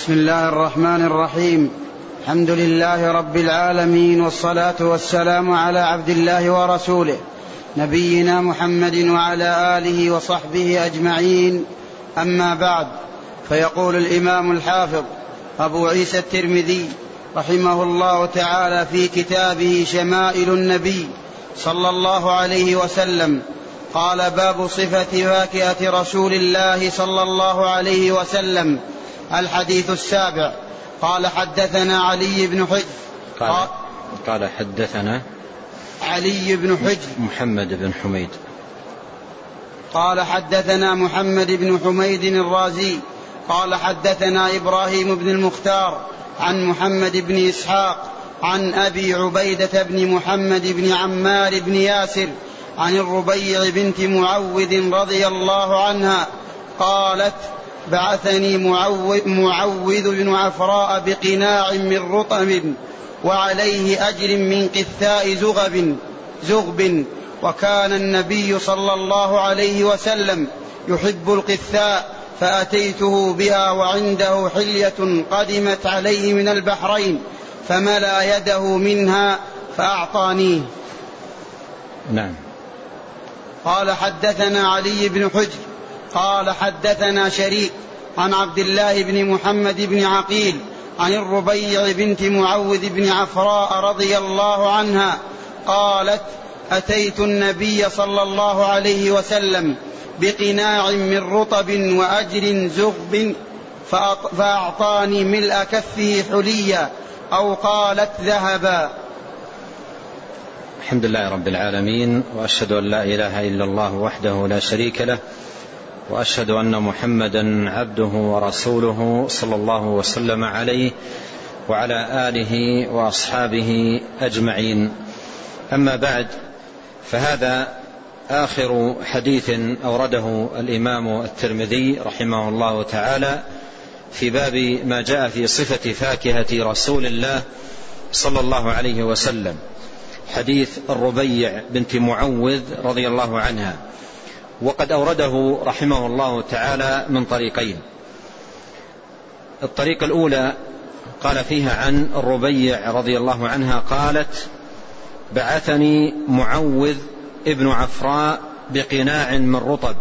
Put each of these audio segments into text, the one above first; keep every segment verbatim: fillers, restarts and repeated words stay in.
بسم الله الرحمن الرحيم. الحمد لله رب العالمين، والصلاة والسلام على عبد الله ورسوله نبينا محمد وعلى آله وصحبه أجمعين. أما بعد، فيقول الإمام الحافظ أبو عيسى الترمذي رحمه الله تعالى في كتابه شمائل النبي صلى الله عليه وسلم قال: باب صفة فاكهة رسول الله صلى الله عليه وسلم. الحديث السابع. قال: حدثنا علي بن حجر قال, قال حدثنا علي بن حجر محمد بن حميد قال حدثنا محمد بن حميد الرازي قال حدثنا إبراهيم بن المختار عن محمد بن إسحاق عن أبي عبيدة بن محمد بن عمار بن ياسر عن الربيع بنت معوذ رضي الله عنها قالت: بعثني معوذ بن عفراء بقناع من رطب وعليه أجر من قثاء زغب, زغب وكان النبي صلى الله عليه وسلم يحب القثاء، فأتيته بها وعنده حلية قدمت عليه من البحرين فملأ يده منها فأعطانيه. نعم. قال: حدثنا علي بن حجر قال حدثنا شريك عن عبد الله بن محمد بن عقيل عن الربيع بنت معوذ بن عفراء رضي الله عنها قالت: أتيت النبي صلى الله عليه وسلم بقناع من رطب وأجر زغب فأعطاني ملء كفه حليا أو قالت ذهبا. الحمد لله رب العالمين، وأشهد أن لا إله إلا الله وحده لا شريك له، وأشهد أن محمدا عبده ورسوله صلى الله وسلم عليه وعلى آله وأصحابه أجمعين. أما بعد، فهذا آخر حديث أورده الإمام الترمذي رحمه الله تعالى في باب ما جاء في صفة فاكهة رسول الله صلى الله عليه وسلم، حديث الربيع بنت معوذ رضي الله عنها. وقد أورده رحمه الله تعالى من طريقين. الطريقة الأولى قال فيها عن الربيع رضي الله عنها قالت: بعثني معوذ ابن عفراء بقناع من رطب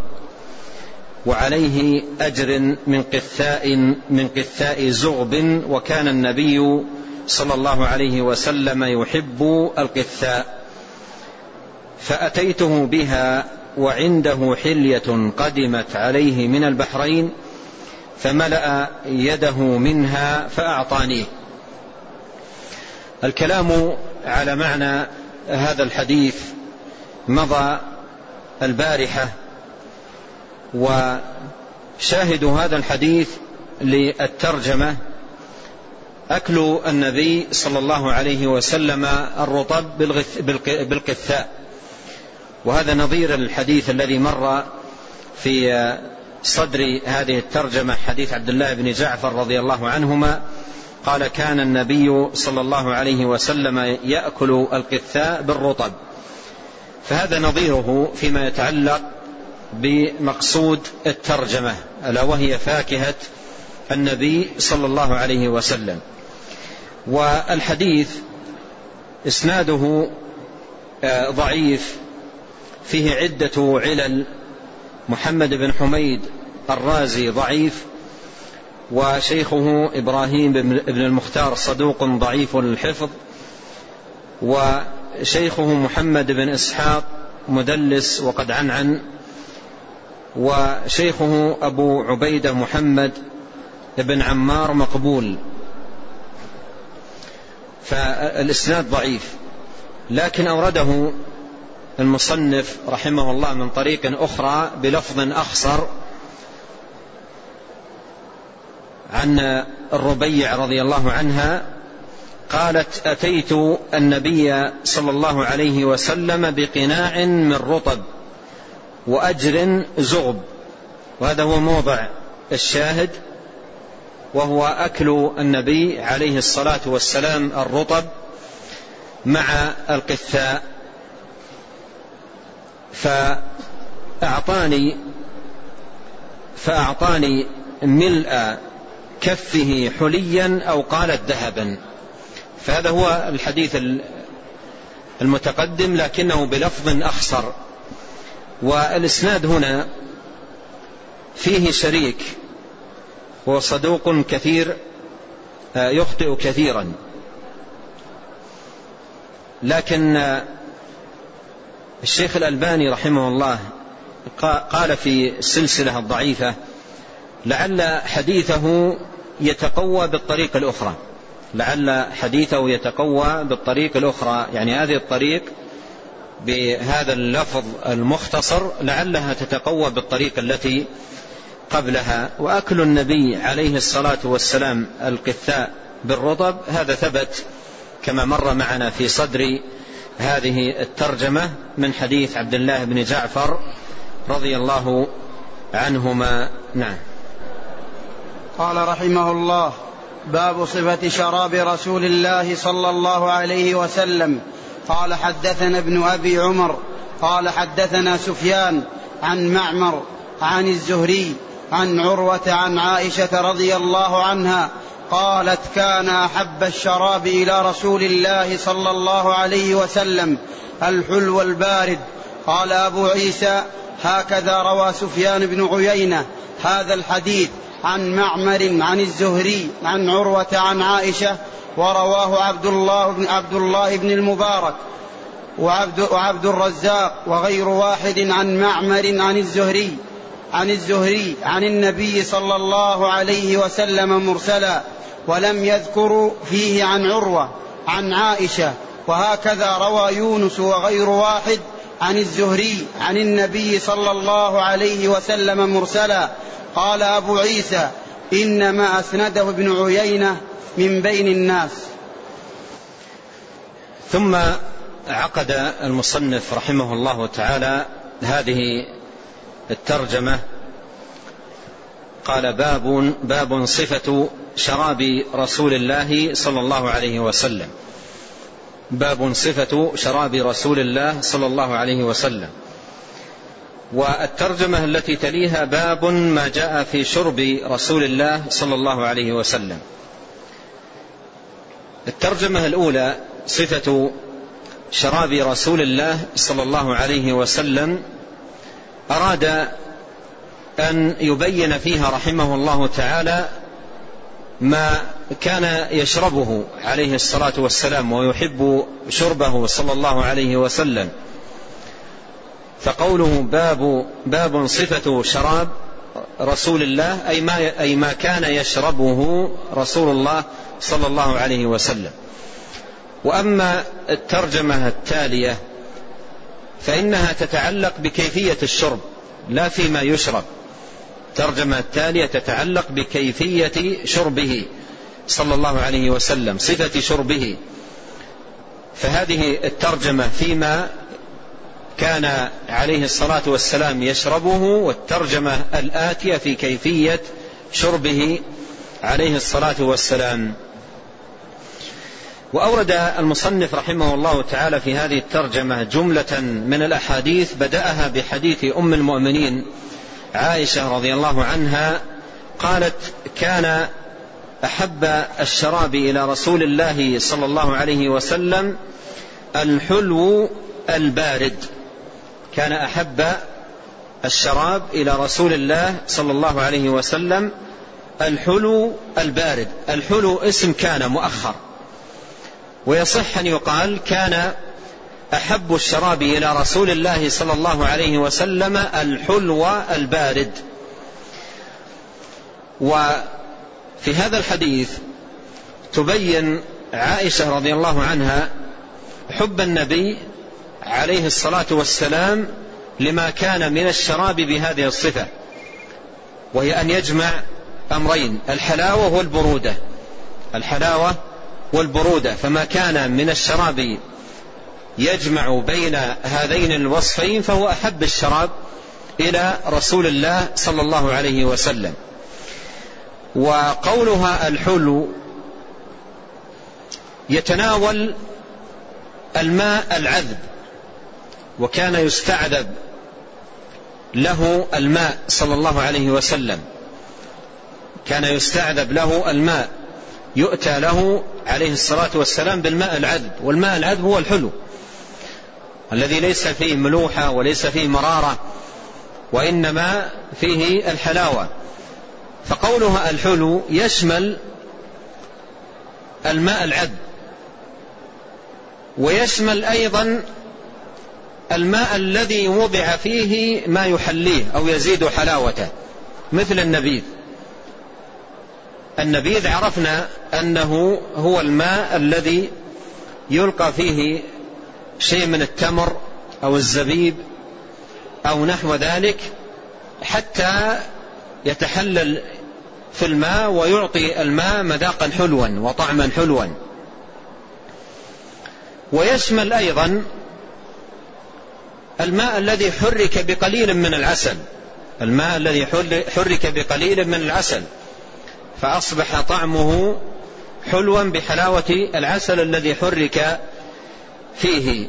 وعليه أجر من قثاء من قثاء زغب وكان النبي صلى الله عليه وسلم يحب القثاء، فأتيته بها وعنده حلية قدمت عليه من البحرين فملأ يده منها فأعطانيه. الكلام على معنى هذا الحديث مضى البارحة، وشاهد هذا الحديث للترجمة أكل النبي صلى الله عليه وسلم الرطب بالقثاء، وهذا نظير الحديث الذي مر في صدر هذه الترجمة، حديث عبد الله بن جعفر رضي الله عنهما قال: كان النبي صلى الله عليه وسلم يأكل القثاء بالرطب. فهذا نظيره فيما يتعلق بمقصود الترجمة، ألا وهي فاكهة النبي صلى الله عليه وسلم. والحديث إسناده ضعيف، فيه عدة علل. محمد بن حميد الرازي ضعيف، وشيخه إبراهيم بن المختار صدوق ضعيف الحفظ، وشيخه محمد بن إسحاق مدلس وقد عنعن، وشيخه أبو عبيدة محمد بن عمار مقبول. فالإسناد ضعيف، لكن أورده المصنف رحمه الله من طريق أخرى بلفظ أخصر عن الربيع رضي الله عنها قالت: أتيت النبي صلى الله عليه وسلم بقناع من رطب وأجر زغب. وهذا هو موضع الشاهد، وهو أكل النبي عليه الصلاة والسلام الرطب مع القثاء. فأعطاني فأعطاني ملء كفه حليا أو قالت ذهبا. فهذا هو الحديث المتقدم لكنه بلفظ أخصر. والإسناد هنا فيه شريك هو صدوق كثير يخطئ كثيرا، لكن الشيخ الألباني رحمه الله قال في السلسلة الضعيفة لعل حديثه يتقوى بالطريق الأخرى، لعل حديثه يتقوى بالطريق الأخرى، يعني هذه الطريق بهذا اللفظ المختصر لعلها تتقوى بالطريق التي قبلها. وأكل النبي عليه الصلاة والسلام القثاء بالرطب هذا ثبت كما مر معنا في صدر هذه الترجمة من حديث عبد الله بن جعفر رضي الله عنهما. نعم. قال رحمه الله: باب صفة شراب رسول الله صلى الله عليه وسلم. قال حدثنا ابن أبي عمر قال حدثنا سفيان عن معمر عن الزهري عن عروة عن عائشة رضي الله عنها قالت: كان أحب الشراب إلى رسول الله صلى الله عليه وسلم الحلو البارد. قال أبو عيسى: هكذا روى سفيان بن عيينة هذا الحديث عن معمر عن الزهري عن عروة عن عائشة، ورواه عبد الله بن, عبد الله بن المبارك وعبد, وعبد الرزاق وغير واحد عن معمر عن الزهري عن الزهري عن النبي صلى الله عليه وسلم مرسلا، ولم يذكروا فيه عن عروة عن عائشة. وهكذا روى يونس وغير واحد عن الزهري عن النبي صلى الله عليه وسلم مرسلا. قال أبو عيسى: إنما أسنده ابن عيينة من بين الناس. ثم عقد المصنف رحمه الله تعالى هذه الترجمة قال: باب, باب صفة شراب رسول الله صلى الله عليه وسلم. باب صفة شراب رسول الله صلى الله عليه وسلم. والترجمة التي تليها باب ما جاء في شرب رسول الله صلى الله عليه وسلم. الترجمة الأولى صفة شراب رسول الله صلى الله عليه وسلم أراد أن يبين فيها رحمه الله تعالى ما كان يشربه عليه الصلاة والسلام ويحب شربه صلى الله عليه وسلم. فقوله باب, باب صفة شراب رسول الله أي ما, أي ما كان يشربه رسول الله صلى الله عليه وسلم. وأما الترجمة التالية فإنها تتعلق بكيفية الشرب لا فيما يشرب. الترجمة التالية تتعلق بكيفية شربه صلى الله عليه وسلم، صفة شربه. فهذه الترجمة فيما كان عليه الصلاة والسلام يشربه، والترجمة الآتية في كيفية شربه عليه الصلاة والسلام. وأورد المصنف رحمه الله تعالى في هذه الترجمة جملة من الأحاديث، بدأها بحديث أم المؤمنين عائشة رضي الله عنها قالت: كان أحب الشراب إلى رسول الله صلى الله عليه وسلم الحلو البارد. كان أحب الشراب إلى رسول الله صلى الله عليه وسلم الحلو البارد. الحلو اسم كان مؤخر، ويصح أن يقال كان أحب الشراب إلى رسول الله صلى الله عليه وسلم الحلو البارد. وفي هذا الحديث تبين عائشة رضي الله عنها حب النبي عليه الصلاة والسلام لما كان من الشراب بهذه الصفة، وهي أن يجمع أمرين: الحلاوة والبرودة، الحلاوة والبرودة. فما كان من الشراب يجمع بين هذين الوصفين فهو أحب الشراب إلى رسول الله صلى الله عليه وسلم. وقولها الحلو يتناول الماء العذب، وكان يستعذب له الماء صلى الله عليه وسلم، كان يستعذب له الماء، يؤتى له عليه الصلاة والسلام بالماء العذب، والماء العذب هو الحلو الذي ليس فيه ملوحة وليس فيه مرارة، وإنما فيه الحلاوة. فقولها الحلو يشمل الماء العذب، ويشمل أيضا الماء الذي وضع فيه ما يحليه أو يزيد حلاوته، مثل النبيذ. النبيذ عرفنا أنه هو الماء الذي يلقى فيه شيء من التمر أو الزبيب أو نحو ذلك حتى يتحلل في الماء ويعطي الماء مذاقا حلوا وطعما حلوا. ويشمل أيضا الماء الذي حرك بقليل من العسل، الماء الذي حرك بقليل من العسل فأصبح طعمه حلوا بحلاوة العسل الذي حرك فيه.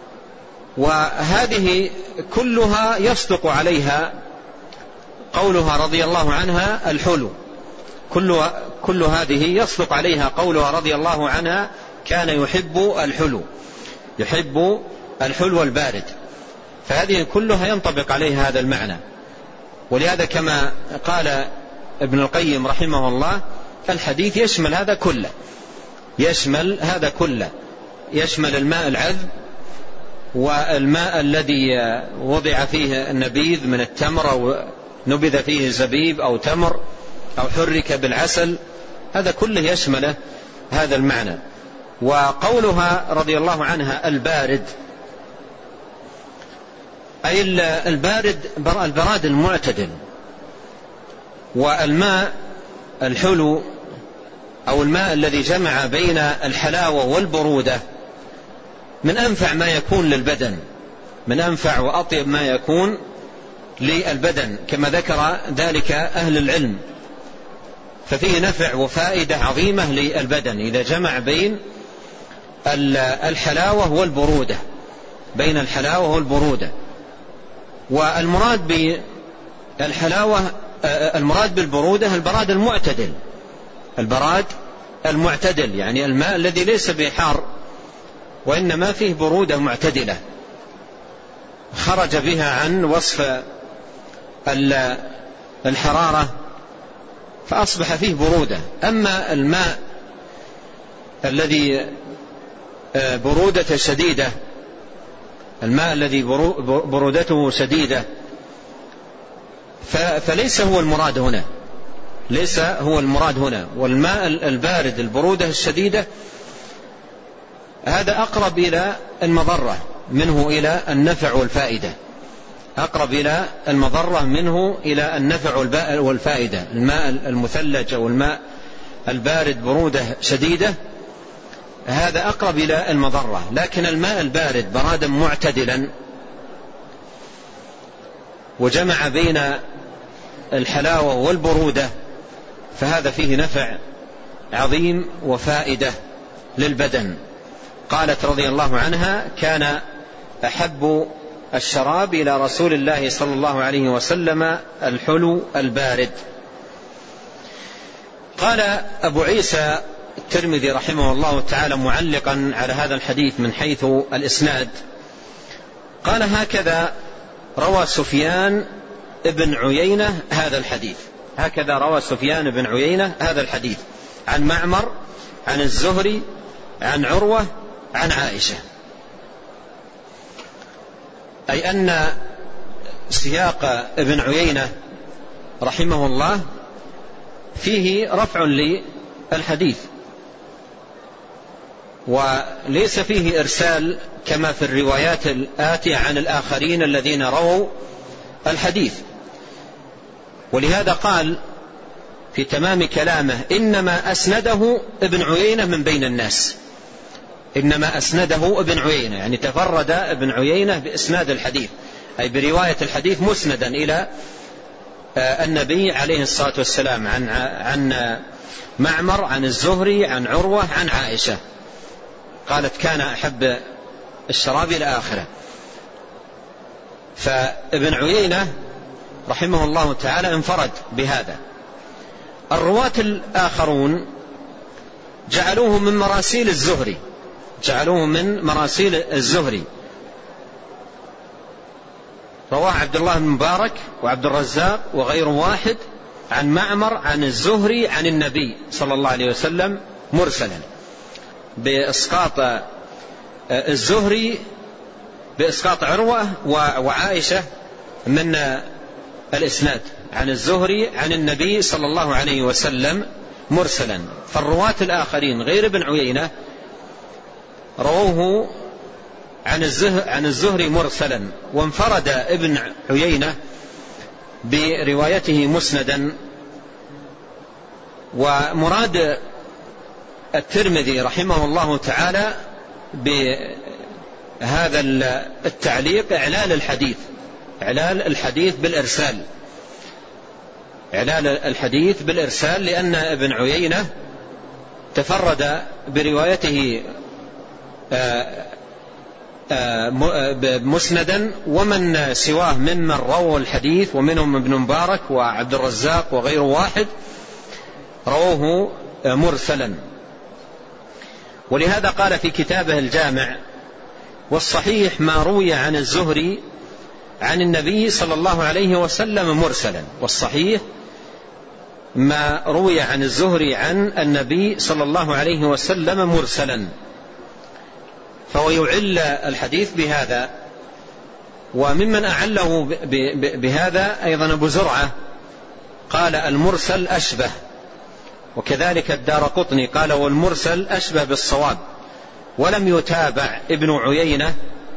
وهذه كلها يصدق عليها قولها رضي الله عنها الحلو، كل, كل هذه يصدق عليها قولها رضي الله عنها كان يحب الحلو، يحب الحلو البارد. فهذه كلها ينطبق عليها هذا المعنى. ولهذا كما قال ابن القيم رحمه الله الحديث يشمل هذا كله، يشمل هذا كله، يشمل الماء العذب والماء الذي وضع فيه النبيذ من التمر أو نبذ فيه زبيب أو تمر أو حرك بالعسل، هذا كله يشمل هذا المعنى. وقولها رضي الله عنها البارد أي البارد البراد المعتدل. والماء الحلو أو الماء الذي جمع بين الحلاوة والبرودة من أنفع ما يكون للبدن، من أنفع وأطيب ما يكون للبدن كما ذكر ذلك أهل العلم. ففيه نفع وفائدة عظيمة للبدن إذا جمع بين الحلاوة والبرودة، بين الحلاوة والبرودة. والمراد بالحلاوة المراد بالبرودة البراد المعتدل، البراد المعتدل يعني الماء الذي ليس بحار وإنما فيه برودة معتدلة خرج بها عن وصف الحرارة فأصبح فيه برودة. أما الماء الذي برودة شديدة، الماء الذي برودته شديدة فليس هو المراد هنا، ليس هو المراد هنا. والماء البارد البرودة الشديدة هذا أقرب إلى المضرة منه إلى النفع والفائدة، أقرب إلى المضرة منه إلى النفع والفائدة. الماء المثلج أو الماء البارد برودة شديدة هذا أقرب إلى المضرة، لكن الماء البارد برادا معتدلا وجمع بين الحلاوة والبرودة فهذا فيه نفع عظيم وفائدة للبدن. قالت رضي الله عنها كان أحب الشراب إلى رسول الله صلى الله عليه وسلم الحلو البارد. قال أبو عيسى الترمذي رحمه الله تعالى معلقا على هذا الحديث من حيث الإسناد قال هكذا روى سفيان ابن عيينة هذا الحديث، هكذا روى سفيان بن عيينة هذا الحديث عن معمر عن الزهري عن عروة عن عائشة، أي أن سياق ابن عيينة رحمه الله فيه رفع للحديث وليس فيه إرسال كما في الروايات الآتية عن الآخرين الذين رووا الحديث. ولهذا قال في تمام كلامه إنما أسنده ابن عيينة من بين الناس، إنما أسنده ابن عيينة يعني تفرد ابن عيينة بإسناد الحديث أي برواية الحديث مسندا إلى النبي عليه الصلاة والسلام عن عن معمر عن الزهري عن عروة عن عائشة قالت كان أحب الشراب إلى آخره. فابن عيينة رحمه الله تعالى انفرد بهذا. الرواة الآخرون جعلوه من مراسيل الزهري جعلوه من مراسيل الزهري رواه عبد الله بن مبارك وعبد الرزاق وغير واحد عن معمر عن الزهري عن النبي صلى الله عليه وسلم مرسلا، بإسقاط الزهري بإسقاط عروة وعائشة من الإسناد عن الزهري عن النبي صلى الله عليه وسلم مرسلا. فالرواة الآخرين غير ابن عيينة رووه عن الزهري, عن الزهري مرسلا، وانفرد ابن عيينة بروايته مسندا. ومراد الترمذي رحمه الله تعالى بهذا التعليق إعلال الحديث إعلال الحديث بالإرسال إعلال الحديث بالإرسال لأن ابن عيينة تفرد بروايته مسندا، ومن سواه ممن رووا الحديث ومنهم ابن مبارك وعبد الرزاق وغير واحد رووه مرسلا. ولهذا قال في كتابه الجامع: والصحيح ما روي عن الزهري عن النبي صلى الله عليه وسلم مرسلا. والصحيح ما روي عن الزهري عن النبي صلى الله عليه وسلم مرسلا. فهو يعل الحديث بهذا. وممن أعله بهذا أيضا أبو زرعة قال: المرسل أشبه. وكذلك الدارقطني قال: والمرسل أشبه بالصواب. ولم يتابع ابن عيينة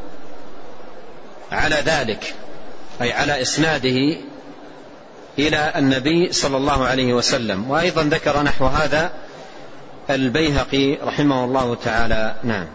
على ذلك، أي على إسناده إلى النبي صلى الله عليه وسلم. وأيضا ذكر نحو هذا البيهقي رحمه الله تعالى. نعم.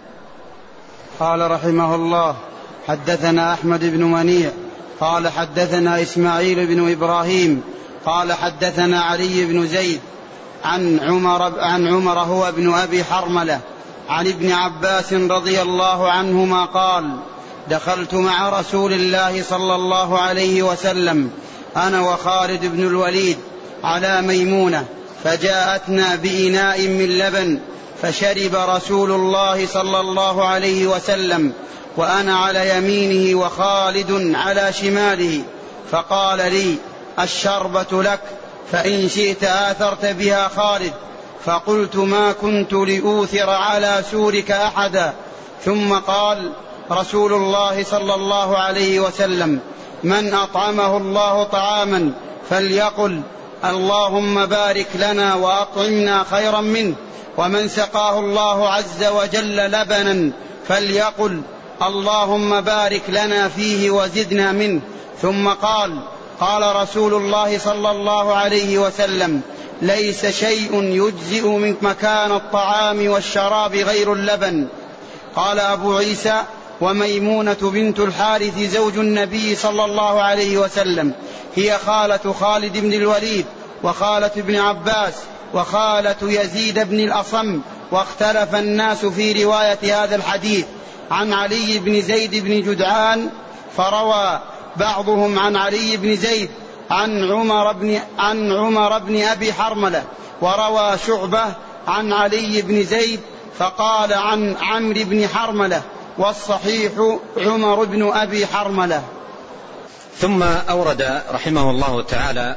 قال رحمه الله: حدثنا أحمد بن منيع قال حدثنا إسماعيل بن إبراهيم قال حدثنا علي بن زيد عن عمر, عن عمر هو ابن أبي حرملة عن ابن عباس رضي الله عنهما قال: دخلت مع رسول الله صلى الله عليه وسلم أنا وخالد بن الوليد على ميمونة، فجاءتنا بإناء من لبن، فشرب رسول الله صلى الله عليه وسلم وأنا على يمينه وخالد على شماله، فقال لي: الشربة لك، فإن شئت آثرت بها خالد. فقلت: ما كنت لأوثر على سورك أحدا. ثم قال رسول الله صلى الله عليه وسلم: من أطعمه الله طعاما فليقل اللهم بارك لنا وأطعمنا خيرا منه، ومن سقاه الله عز وجل لبنا فليقل اللهم بارك لنا فيه وزدنا منه. ثم قال: قال رسول الله صلى الله عليه وسلم: ليس شيء يجزئ من مكان الطعام والشراب غير اللبن. قال أبو عيسى: وميمونة بنت الحارث زوج النبي صلى الله عليه وسلم هي خالة خالد بن الوليد وخالة ابن عباس وخالة يزيد بن الأصم. واختلف الناس في رواية هذا الحديث عن علي بن زيد بن جدعان، فروى بعضهم عن علي بن زيد عن عمر بن, عن عمر بن أبي حرملة، وروى شعبة عن علي بن زيد فقال عن عمرو بن حرملة، والصحيح عمر بن أبي حرملة. ثم أورد رحمه الله تعالى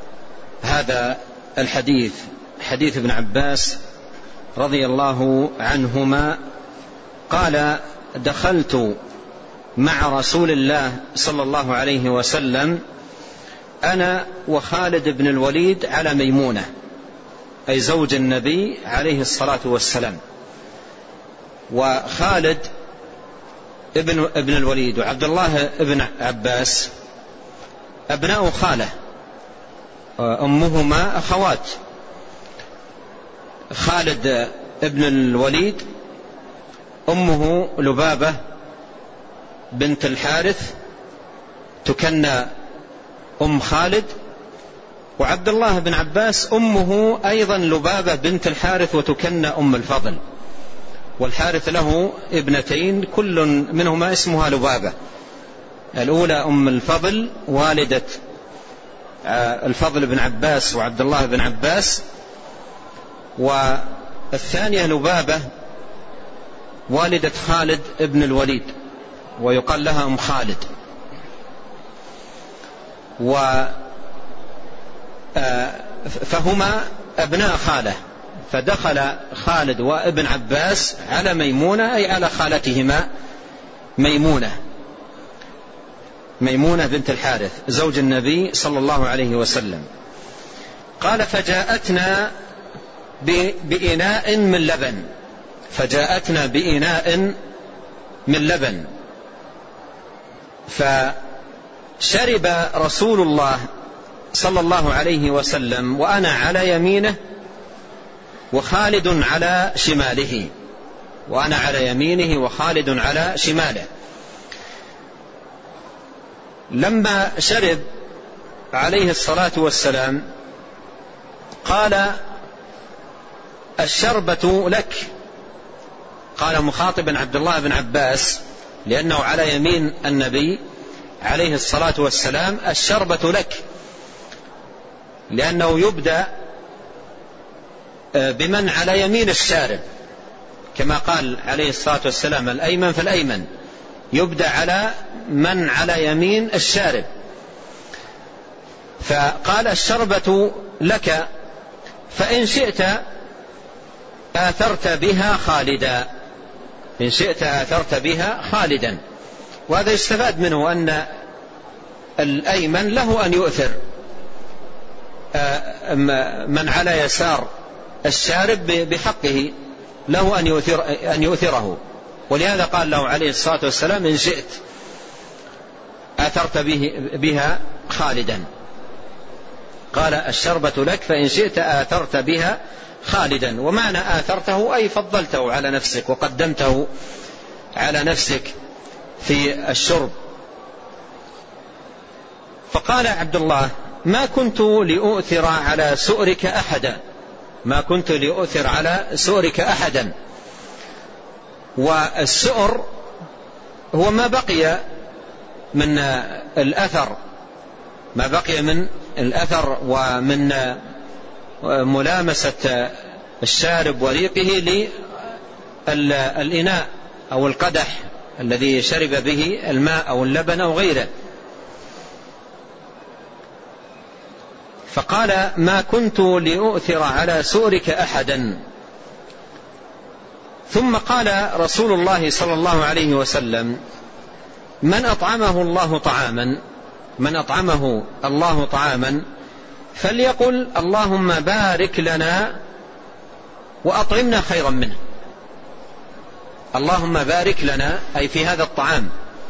هذا الحديث، حديث ابن عباس رضي الله عنهما قال: دخلت مع رسول الله صلى الله عليه وسلم أنا وخالد بن الوليد على ميمونة، أي زوج النبي عليه الصلاة والسلام. وخالد ابن, ابن الوليد وعبد الله ابن عباس أبناء خالة، أمهما أخوات. خالد ابن الوليد أمه لبابة بنت الحارث تكنى أم خالد، وعبد الله بن عباس أمه أيضا لبابة بنت الحارث وتكنى أم الفضل. والحارث له ابنتين كل منهما اسمها لبابة، الأولى أم الفضل والدة الفضل بن عباس وعبد الله بن عباس، والثانية لبابة والدة خالد بن الوليد ويقال لها أم خالد. و فهما أبناء خالة، فدخل خالد وابن عباس على ميمونة أي على خالتهما ميمونة ميمونة بنت الحارث زوج النبي صلى الله عليه وسلم. قال فجاءتنا بإناء من لبن فجاءتنا بإناء من لبن فشرب رسول الله صلى الله عليه وسلم وأنا على يمينه وخالد على شماله وأنا على يمينه وخالد على شماله. لما شرب عليه الصلاة والسلام قال الشربة لك، قال مخاطبا عبد الله بن عباس لأنه على يمين النبي عليه الصلاة والسلام، الشربة لك، لأنه يبدأ بمن على يمين الشارب كما قال عليه الصلاة والسلام الأيمن فالأيمن، يبدأ على من على يمين الشارب. فقال الشربة لك فإن شئت آثرت بها خالدا، إن شئت آثرت بها خالدا. وهذا يستفاد منه أن الأيمن له أن يؤثر من على يسار الشارب بحقه، له أن يؤثر أن يؤثره، ولهذا قال له عليه الصلاة والسلام إن شئت آثرت به بها خالدا. قال الشربة لك فإن شئت آثرت بها خالدا. ومعنى آثرته أي فضلته على نفسك وقدمته على نفسك في الشرب. فقال عبد الله ما كنت لأؤثر على سؤرك أحدا، ما كنت لأؤثر على سؤرك أحدا. والسؤر هو ما بقي من الأثر، ما بقي من الأثر ومن ملامسة الشارب وريقه للإناء أو القدح الذي شرب به الماء أو اللبن أو غيره. فقال ما كنت لأؤثر على سؤرك أحدا. ثم قال رسول الله صلى الله عليه وسلم من أطعمه الله طعاما من أطعمه الله طعاما فليقل اللهم بارك لنا وأطعمنا خيرا منه. اللهم بارك لنا أي في هذا الطعام،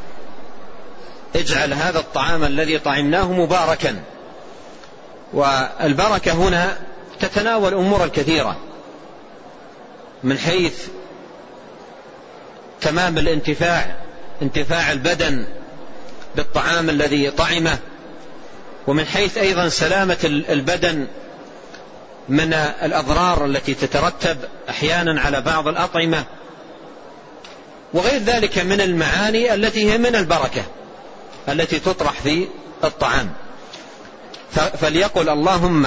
اجعل هذا الطعام الذي طعمناه مباركا. والبركة هنا تتناول أمور كثيرة، من حيث تمام الانتفاع، انتفاع البدن بالطعام الذي طعمه، ومن حيث أيضا سلامة البدن من الأضرار التي تترتب أحيانا على بعض الأطعمة، وغير ذلك من المعاني التي هي من البركة التي تطرح في الطعام. فليقل اللهم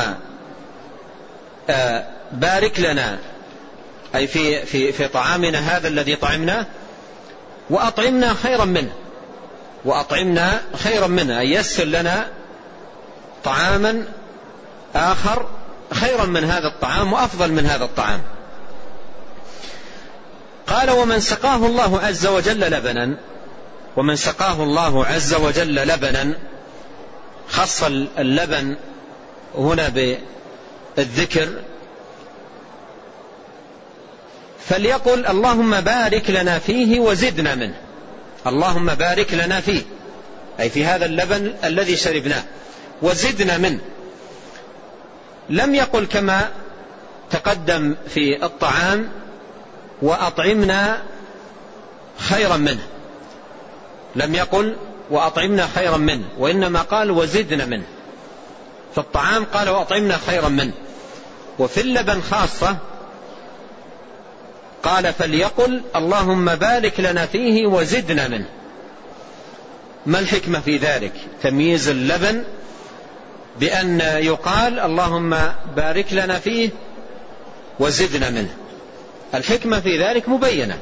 بارك لنا أي في, في, في طعامنا هذا الذي طعمناه، وأطعمنا خيرا منه، وأطعمنا خيرا منه أي يسر لنا طعاما آخر خيرا من هذا الطعام وأفضل من هذا الطعام. قال ومن سقاه الله عز وجل لبنا، ومن سقاه الله عز وجل لبنا، خص اللبن هنا بالذكر، فليقل اللهم بارك لنا فيه وزدنا منه. اللهم بارك لنا فيه أي في هذا اللبن الذي شربناه وزدنا منه. لم يقل كما تقدم في الطعام وأطعمنا خيرا منه، لم يقل وأطعمنا خيرا منه، وإنما قال وزدنا منه. في الطعام قال وأطعمنا خيرا منه، وفي اللبن خاصة قال فليقل اللهم بارك لنا فيه وزدنا منه. ما الحكمة في ذلك؟ تمييز اللبن بأن يقال اللهم بارك لنا فيه وزدنا منه. الحكمة في ذلك مبينة.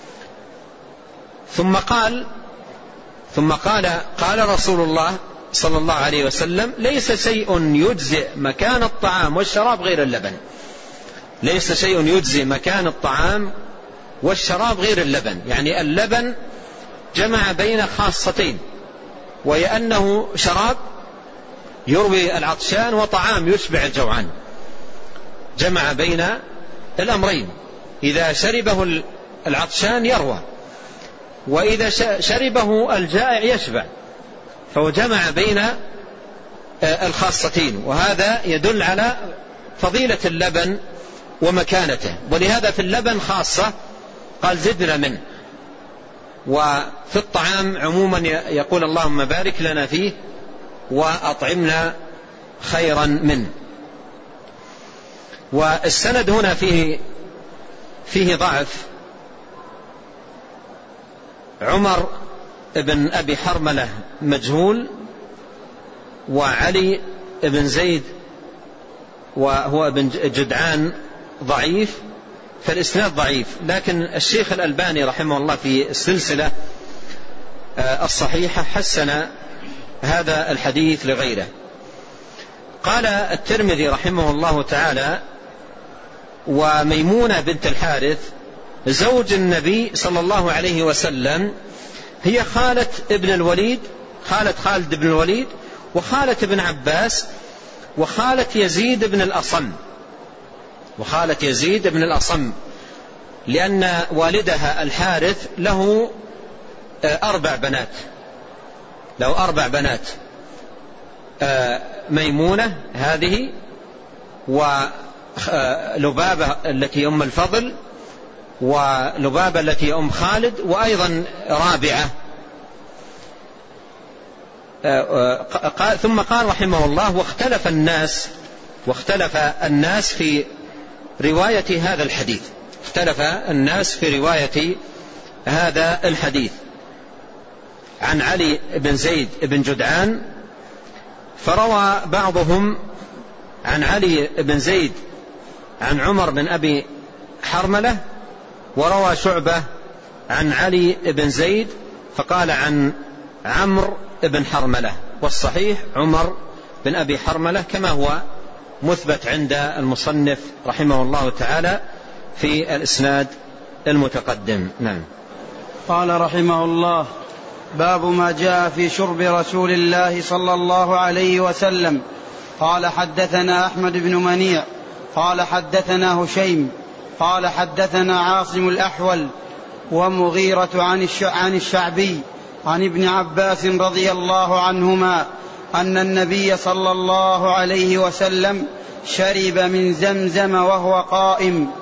ثم قال ثم قال قال رسول الله صلى الله عليه وسلم ليس شيء يجزئ مكان الطعام والشراب غير اللبن. ليس شيء يجزئ مكان الطعام والشراب غير اللبن، يعني اللبن جمع بين خاصتين، وهي أنه شراب يروي العطشان وطعام يشبع الجوعان، جمع بين الأمرين. إذا شربه العطشان يروى، وإذا شربه الجائع يشبع، فهو جمع بين الخاصتين. وهذا يدل على فضيلة اللبن ومكانته. ولهذا في اللبن خاصة قال زدنا منه، وفي الطعام عموما يقول اللهم بارك لنا فيه وأطعمنا خيرا منه. والسند هنا فيه فيه ضعف. عمر بن أبي حرملة مجهول، وعلي بن زيد وهو ابن جدعان ضعيف، فالإسناد ضعيف. لكن الشيخ الألباني رحمه الله في السلسلة الصحيحة حسن هذا الحديث لغيره. قال الترمذي رحمه الله تعالى: وميمونة بنت الحارث زوج النبي صلى الله عليه وسلم هي خالة ابن الوليد، خالة خالد بن الوليد، وخالة ابن عباس، وخالة يزيد بن الأصم، وخالة يزيد بن الأصم، لأن والدها الحارث له أربع بنات، له أربع بنات، ميمونة هذه، ولبابة التي أم الفضل، ولبابة التي أم خالد، وأيضا رابعة. ثم قال رحمه الله: واختلف الناس واختلف الناس في رواية هذا الحديث اختلف الناس في رواية هذا الحديث عن علي بن زيد بن جدعان. فروى بعضهم عن علي بن زيد عن عمر بن أبي حرملة، وروى شعبة عن علي بن زيد فقال عن عمرو بن حرملة. والصحيح عمر بن أبي حرملة كما هو مثبت عند المصنف رحمه الله تعالى في الإسناد المتقدم. نعم. قال رحمه الله: باب ما جاء في شرب رسول الله صلى الله عليه وسلم. قال حدثنا أحمد بن منيع قال حدثنا هشيم قال حدثنا عاصم الأحول ومغيرة عن الشعبي عن ابن عباس رضي الله عنهما أن النبي صلى الله عليه وسلم شرب من زمزم وهو قائم.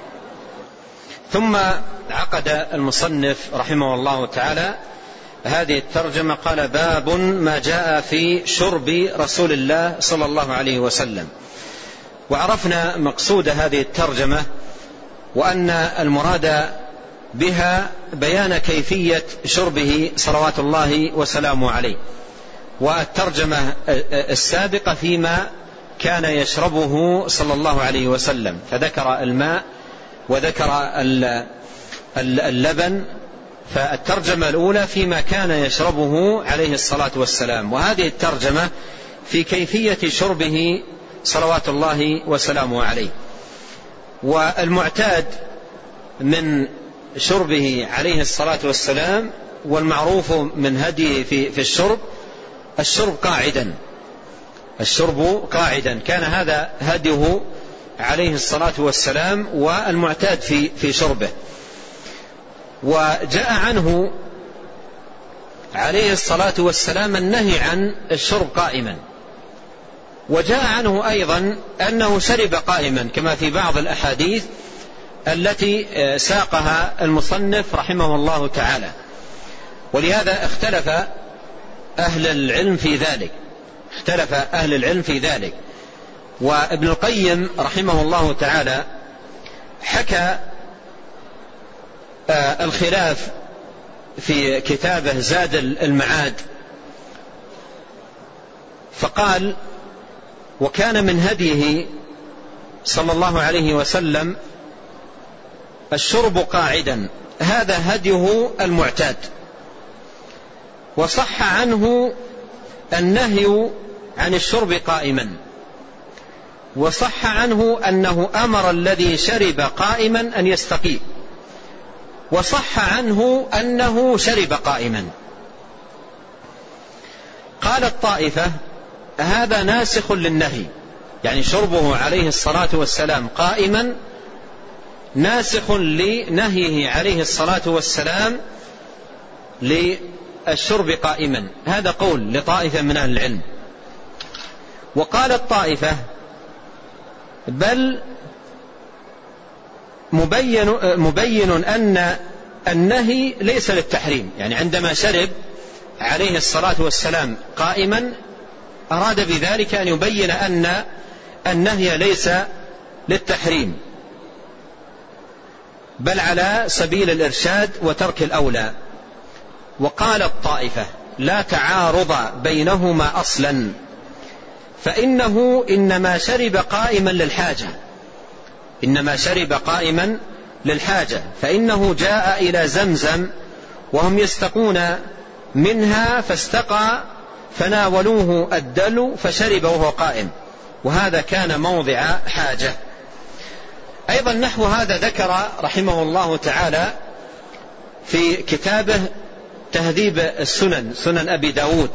ثم عقد المصنف رحمه الله تعالى هذه الترجمة، قال: باب ما جاء في شرب رسول الله صلى الله عليه وسلم. وعرفنا مقصود هذه الترجمة، وأن المراد بها بيان كيفية شربه صلوات الله وسلامه عليه. والترجمة السابقة فيما كان يشربه صلى الله عليه وسلم، فذكر الماء وذكر اللبن. فالترجمة الأولى فيما كان يشربه عليه الصلاة والسلام، وهذه الترجمة في كيفية شربه صلوات الله وسلامه عليه. والمعتاد من شربه عليه الصلاة والسلام والمعروف من هديه في, في الشرب الشرب قاعدا الشرب قاعدا كان هذا هديه عليه الصلاة والسلام والمعتاد في, في شربه. وجاء عنه عليه الصلاة والسلام النهي عن الشرب قائما، وجاء عنه أيضا أنه شرب قائما كما في بعض الأحاديث التي ساقها المصنف رحمه الله تعالى. ولهذا اختلف أهل العلم في ذلك اختلف أهل العلم في ذلك وابن القيم رحمه الله تعالى حكى الخلاف في كتابه زاد المعاد، فقال وكان من هديه صلى الله عليه وسلم الشرب قاعدا، هذا هديه المعتاد. وصح عنه النهي عن الشرب قائما، وصح عنه أنه أمر الذي شرب قائما أن يستقي، وصح عنه أنه شرب قائما. قال الطائفة هذا ناسخ للنهي، يعني شربه عليه الصلاة والسلام قائما ناسخ لنهيه عليه الصلاة والسلام للشرب قائما. هذا قول لطائفة من أهل العلم. وقال الطائفة بل مبين, مبين أن النهي ليس للتحريم، يعني عندما شرب عليه الصلاة والسلام قائما أراد بذلك أن يبين أن النهي ليس للتحريم بل على سبيل الإرشاد وترك الأولى. وقال الطائفة لا تعارض بينهما أصلا، فإنه إنما شرب قائما للحاجة، إنما شرب قائما للحاجة، فإنه جاء إلى زمزم وهم يستقون منها فاستقى فناولوه الدلو فشرب وهو قائم، وهذا كان موضع حاجة. أيضا نحو هذا ذكر رحمه الله تعالى في كتابه تهذيب السنن، سنن أبي داود،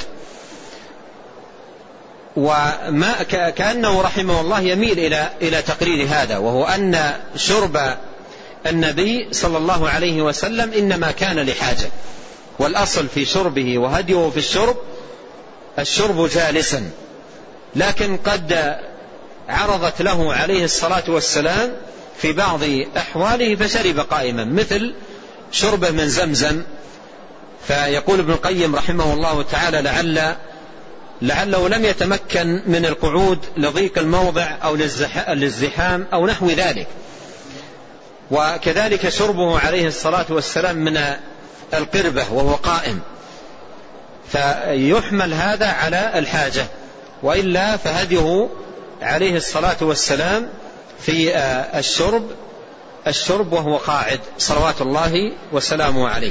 وما كأنه رحمه الله يميل إلى إلى تقرير هذا، وهو أن شرب النبي صلى الله عليه وسلم إنما كان لحاجة، والأصل في شربه وهديه في الشرب الشرب جالسا، لكن قد عرضت له عليه الصلاة والسلام في بعض أحواله فشرب قائما، مثل شربه من زمزم. فيقول ابن القيم رحمه الله تعالى لعل لعله لم يتمكن من القعود لضيق الموضع أو للزحام أو نحو ذلك، وكذلك شربه عليه الصلاة والسلام من القربة وهو قائم، فيحمل هذا على الحاجة، وإلا فهديه عليه الصلاة والسلام في الشرب الشرب وهو قاعد صلوات الله وسلامه عليه.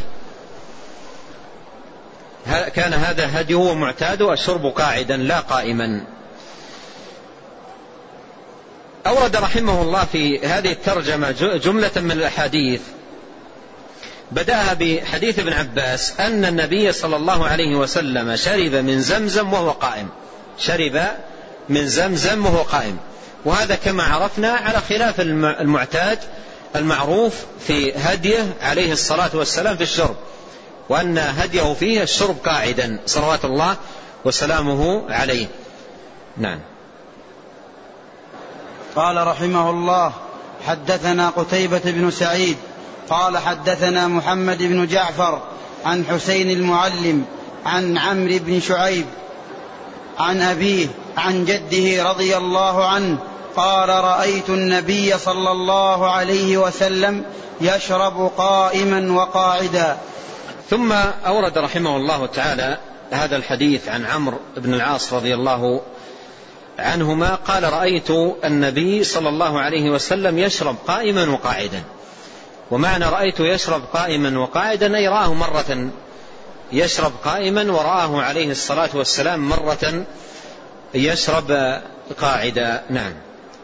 كان هذا هديه ومعتاده الشرب قاعدا لا قائما. أورد رحمه الله في هذه الترجمة جملة من الأحاديث، بدأها بحديث ابن عباس أن النبي صلى الله عليه وسلم شرب من زمزم وهو قائم، شرب من زمزم وهو قائم، وهذا كما عرفنا على خلاف المعتاد المعروف في هديه عليه الصلاة والسلام في الشرب، وأن هديه فيه الشرب قاعدا صلوات الله وسلامه عليه. نعم. قال رحمه الله حدثنا قتيبة بن سعيد قال حدثنا محمد بن جعفر عن حسين المعلم عن عمرو بن شعيب عن أبيه عن جده رضي الله عنه قال رأيت النبي صلى الله عليه وسلم يشرب قائما وقاعدا. ثم أورد رحمه الله تعالى هذا الحديث عن عمرو بن العاص رضي الله عنهما قال رأيت النبي صلى الله عليه وسلم يشرب قائما وقاعدا. ومعنى رأيت يشرب قائما وقاعدا أي رآه مرة يشرب قائما، ورآه عليه الصلاة والسلام مرة يشرب قاعدا. نعم.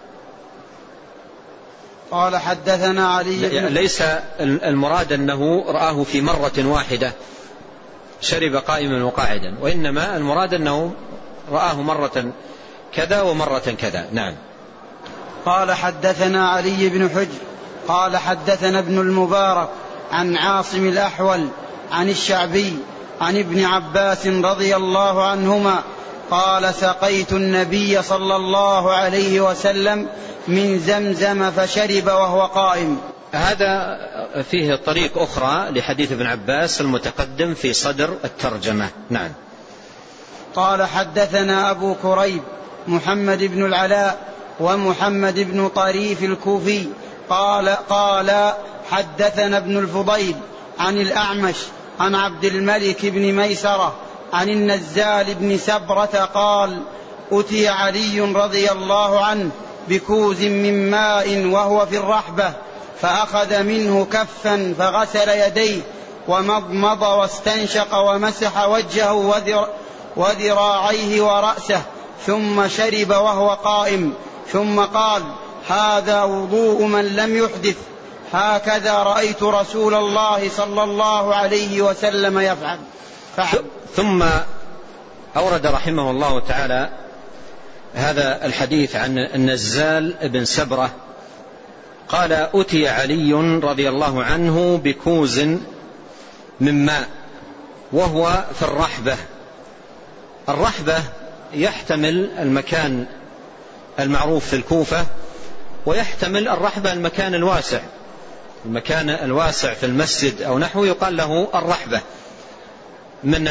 قال حدثنا علي بن ليس المراد أنه رآه في مرة واحدة شرب قائما وقاعدا، وإنما المراد أنه رآه مرة كذا ومرة كذا. نعم. قال حدثنا علي بن حجر قال حدثنا ابن المبارك عن عاصم الأحول عن الشعبي عن ابن عباس رضي الله عنهما قال سقيت النبي صلى الله عليه وسلم من زمزم فشرب وهو قائم. هذا فيه طريق أخرى لحديث ابن عباس المتقدم في صدر الترجمة. نعم. قال حدثنا أبو كريب محمد بن العلاء ومحمد بن طريف الكوفي قال قال حدثنا ابن الفضيل عن الأعمش عن عبد الملك بن ميسرة عن النزال بن سبرة قال أتي علي رضي الله عنه بكوز من ماء وهو في الرحبة فأخذ منه كفا فغسل يديه ومضمض واستنشق ومسح وجهه وذراعيه ورأسه ثم شرب وهو قائم ثم قال: هذا وضوء من لم يحدث، هكذا رأيت رسول الله صلى الله عليه وسلم يفعل. فعل. ثم أورد رحمه الله تعالى هذا الحديث عن النزال بن سبرة قال: أتي علي رضي الله عنه بكوز من ماء وهو في الرحبة. الرحبة يحتمل المكان المعروف في الكوفة، ويحتمل الرحبة المكان الواسع، المكان الواسع في المسجد أو نحو يقال له الرحبة، من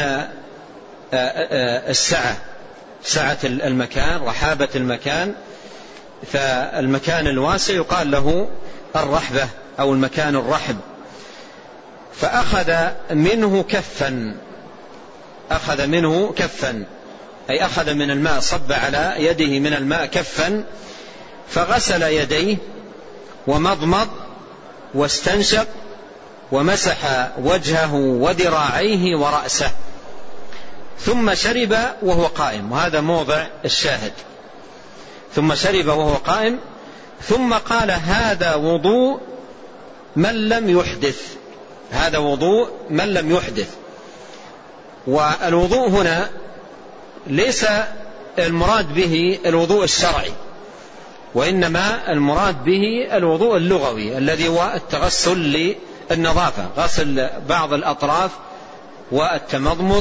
السعة، سعة المكان، رحابة المكان، فالمكان الواسع يقال له الرحبة أو المكان الرحب. فأخذ منه كفا، أخذ منه كفا أي أخذ من الماء، صب على يده من الماء كفا فغسل يديه ومضمض واستنشق ومسح وجهه وذراعيه ورأسه ثم شرب وهو قائم، وهذا موضع الشاهد. ثم شرب وهو قائم ثم قال: هذا وضوء من لم يحدث، هذا وضوء من لم يحدث. والوضوء هنا ليس المراد به الوضوء الشرعي، وإنما المراد به الوضوء اللغوي الذي هو التغسل للنظافة، غسل بعض الأطراف والتمضمض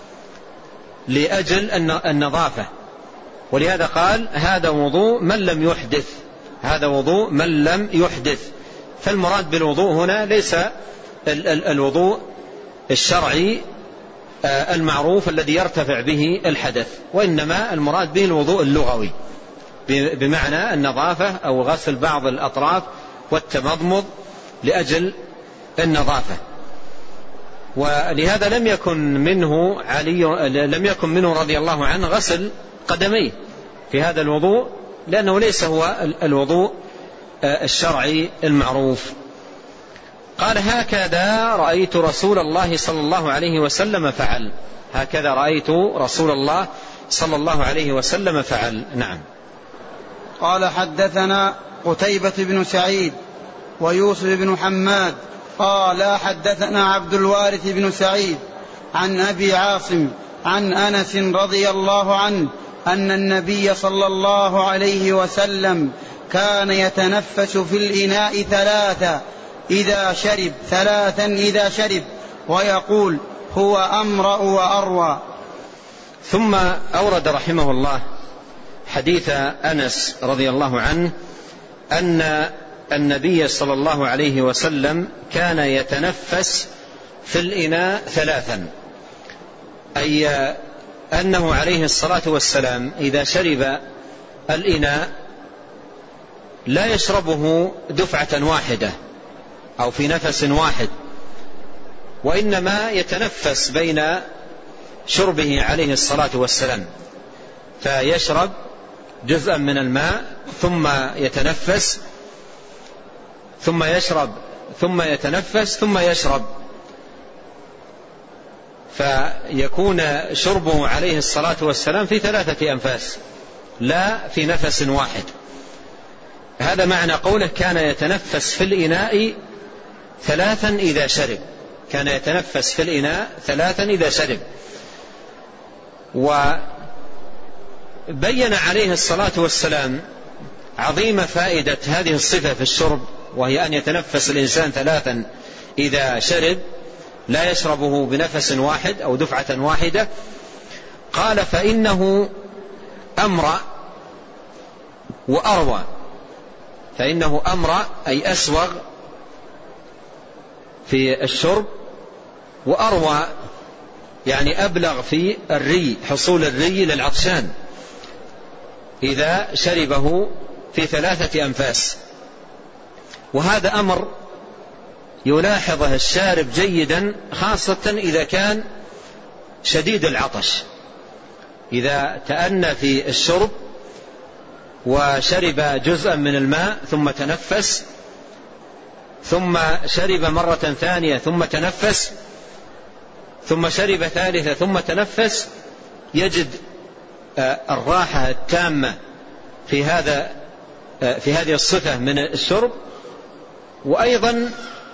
لأجل النظافة. ولهذا قال: هذا وضوء من لم يحدث، هذا وضوء من لم يحدث. فالمراد بالوضوء هنا ليس الوضوء الشرعي المعروف الذي يرتفع به الحدث، وإنما المراد به الوضوء اللغوي بمعنى النظافة أو غسل بعض الأطراف والتمضمض لأجل النظافة. ولهذا لم يكن منه علي لم يكن منه رضي الله عنه غسل قدميه في هذا الوضوء، لأنه ليس هو الوضوء الشرعي المعروف. قال: هكذا رأيت رسول الله صلى الله عليه وسلم فعل، هكذا رأيت رسول الله صلى الله عليه وسلم فعل. نعم. قال: حدثنا قتيبة بن سعيد ويوسف بن حماد قال: حدثنا عبد الوارث بن سعيد عن أبي عاصم عن أنس رضي الله عنه أن النبي صلى الله عليه وسلم كان يتنفس في الإناء ثلاثا إذا شرب ثلاثا إذا شرب ويقول: هو أمرأ وأروى. ثم أورد رحمه الله حديث أنس رضي الله عنه أن النبي صلى الله عليه وسلم كان يتنفس في الإناء ثلاثا، أي أنه عليه الصلاة والسلام إذا شرب الإناء لا يشربه دفعة واحدة أو في نفس واحد، وإنما يتنفس بين شربه عليه الصلاة والسلام، فيشرب جزءا من الماء ثم يتنفس ثم يشرب ثم يتنفس ثم يشرب، فيكون شربه عليه الصلاة والسلام في ثلاثة أنفاس لا في نفس واحد. هذا معنى قوله كان يتنفس في الإناء ثلاثا إذا شرب، كان يتنفس في الإناء ثلاثا إذا شرب. وبين عليه الصلاة والسلام عظيم فائدة هذه الصفة في الشرب، وهي أن يتنفس الإنسان ثلاثا إذا شرب لا يشربه بنفس واحد أو دفعة واحدة. قال: فإنه أمرأ وأروى، فإنه أمرأ أي أسوغ في الشرب، وأروى يعني أبلغ في الري، حصول الري للعطشان إذا شربه في ثلاثة أنفاس. وهذا أمر يلاحظه الشارب جيدا، خاصة إذا كان شديد العطش، إذا تأنى في الشرب وشرب جزءا من الماء ثم تنفس، ثم شرب مرة ثانية ثم تنفس، ثم شرب ثالثة ثم تنفس، يجد الراحة التامة في هذا في هذه الصفة من الشرب، وأيضا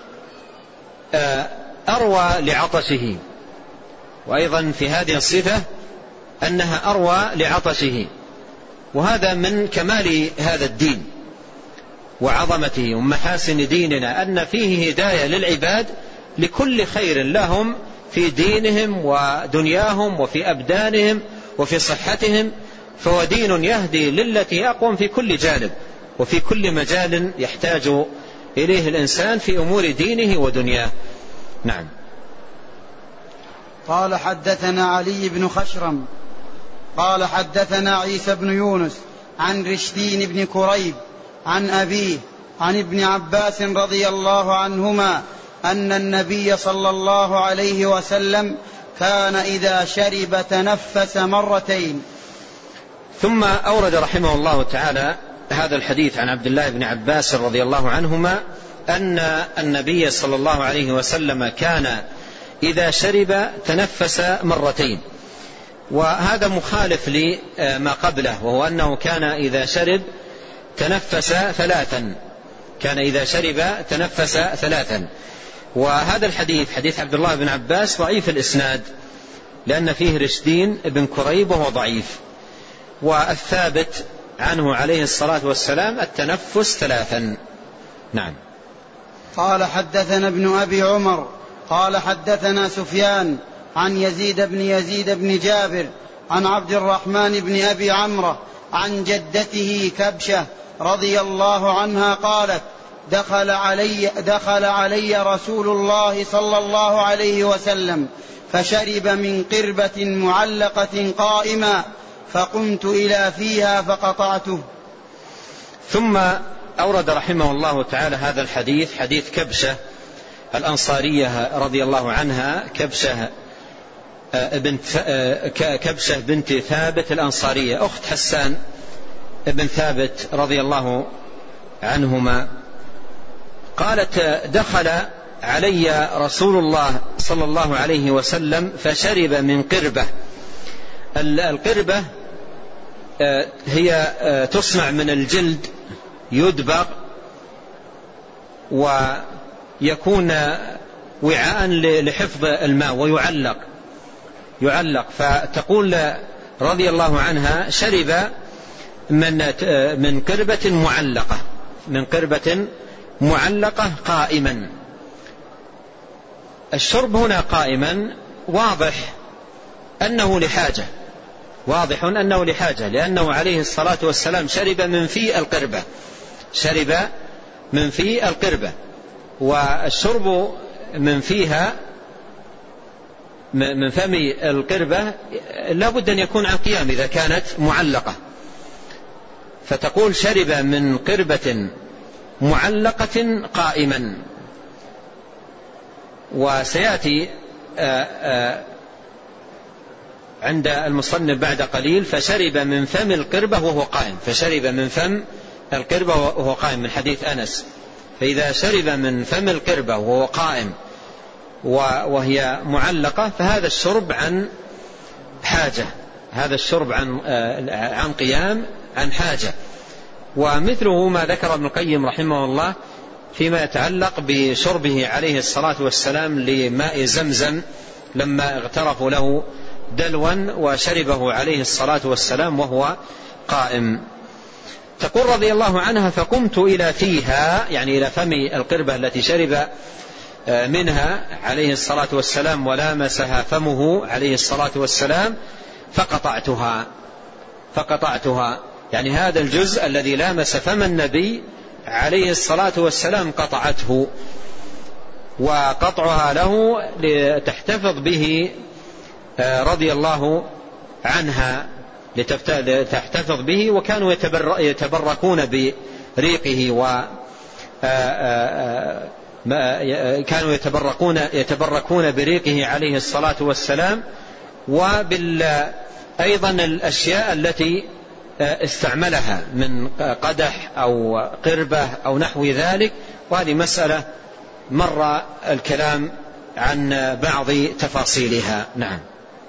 أروى لعطشه، وأيضا في هذه الصفة أنها أروى لعطشه. وهذا من كمال هذا الدين وعظمته ومحاسن ديننا، أن فيه هداية للعباد لكل خير لهم في دينهم ودنياهم وفي أبدانهم وفي صحتهم. فهو دين يهدي للتي أقوم في كل جانب وفي كل مجال يحتاج إليه الإنسان في أمور دينه ودنياه. نعم. قال حدثنا علي بن خشرم قال حدثنا عيسى بن يونس عن رشدين بن كريب عن أبيه عن ابن عباس رضي الله عنهما أن النبي صلى الله عليه وسلم كان إذا شرب تنفس مرتين. ثم أورد رحمه الله تعالى هذا الحديث عن عبد الله بن عباس رضي الله عنهما أن النبي صلى الله عليه وسلم كان إذا شرب تنفس مرتين، وهذا مخالف لما قبله، وهو أنه كان إذا شرب تنفس ثلاثا، كان إذا شرب تنفس ثلاثا. وهذا الحديث حديث عبد الله بن عباس ضعيف الإسناد، لأن فيه رشدين بن كريب وهو ضعيف، والثابت عنه عليه الصلاة والسلام التنفس ثلاثا. نعم. قال حدثنا ابن أبي عمر قال حدثنا سفيان عن يزيد بن يزيد بن جابر عن عبد الرحمن بن أبي عمرو عن جدته كبشة رضي الله عنها قالت: دخل علي, دخل علي رسول الله صلى الله عليه وسلم فشرب من قربة معلقة قائما فقمت إلى فيها فقطعته. ثم أورد رحمه الله تعالى هذا الحديث، حديث كبشة الأنصارية رضي الله عنها، كبشة بنت كبشة بنت ثابت الأنصارية أخت حسان بن ثابت رضي الله عنهما، قالت: دخل علي رسول الله صلى الله عليه وسلم فشرب من قربة. القربة هي تصنع من الجلد، يدبغ ويكون وعاء لحفظ الماء ويعلق يعلق فتقول رضي الله عنها: شرب من من قربة معلقة من قربة معلقة قائما. الشرب هنا قائما واضح أنه لحاجة، واضح أنه لحاجة، لأنه عليه الصلاة والسلام شرب من في القربة شرب من في القربة والشرب من فيها من فم القربة لا بد أن يكون عن قيام إذا كانت معلقة، فتقول: شرب من قربة معلقة قائما. وسيأتي عند المصنف بعد قليل: فشرب من فم القربة وهو قائم، فشرب من فم القربة وهو قائم، من حديث أنس. فإذا شرب من فم القربة وهو قائم وهي معلقة فهذا الشرب عن حاجة، هذا الشرب عن عن قيام، عن حاجة. ومثله ما ذكر ابن القيم رحمه الله فيما يتعلق بشربه عليه الصلاة والسلام لماء زمزم لما اغترفوا له دلوا وشربه عليه الصلاة والسلام وهو قائم. تقول رضي الله عنها: فقمت إلى فيها، يعني إلى فم القربة التي شرب منها عليه الصلاة والسلام ولامسها فمه عليه الصلاة والسلام، فقطعتها فقطعتها يعني هذا الجزء الذي لامس فم النبي عليه الصلاة والسلام قطعته، وقطعها له لتحتفظ به رضي الله عنها، لتحتفظ به. وكانوا يتبركون بريقه و كانوا يتبركون يتبركون بريقه عليه الصلاة والسلام وبال أيضا الأشياء التي استعملها من قدح أو قربة أو نحو ذلك، وهذه مسألة مر الكلام عن بعض تفاصيلها. نعم.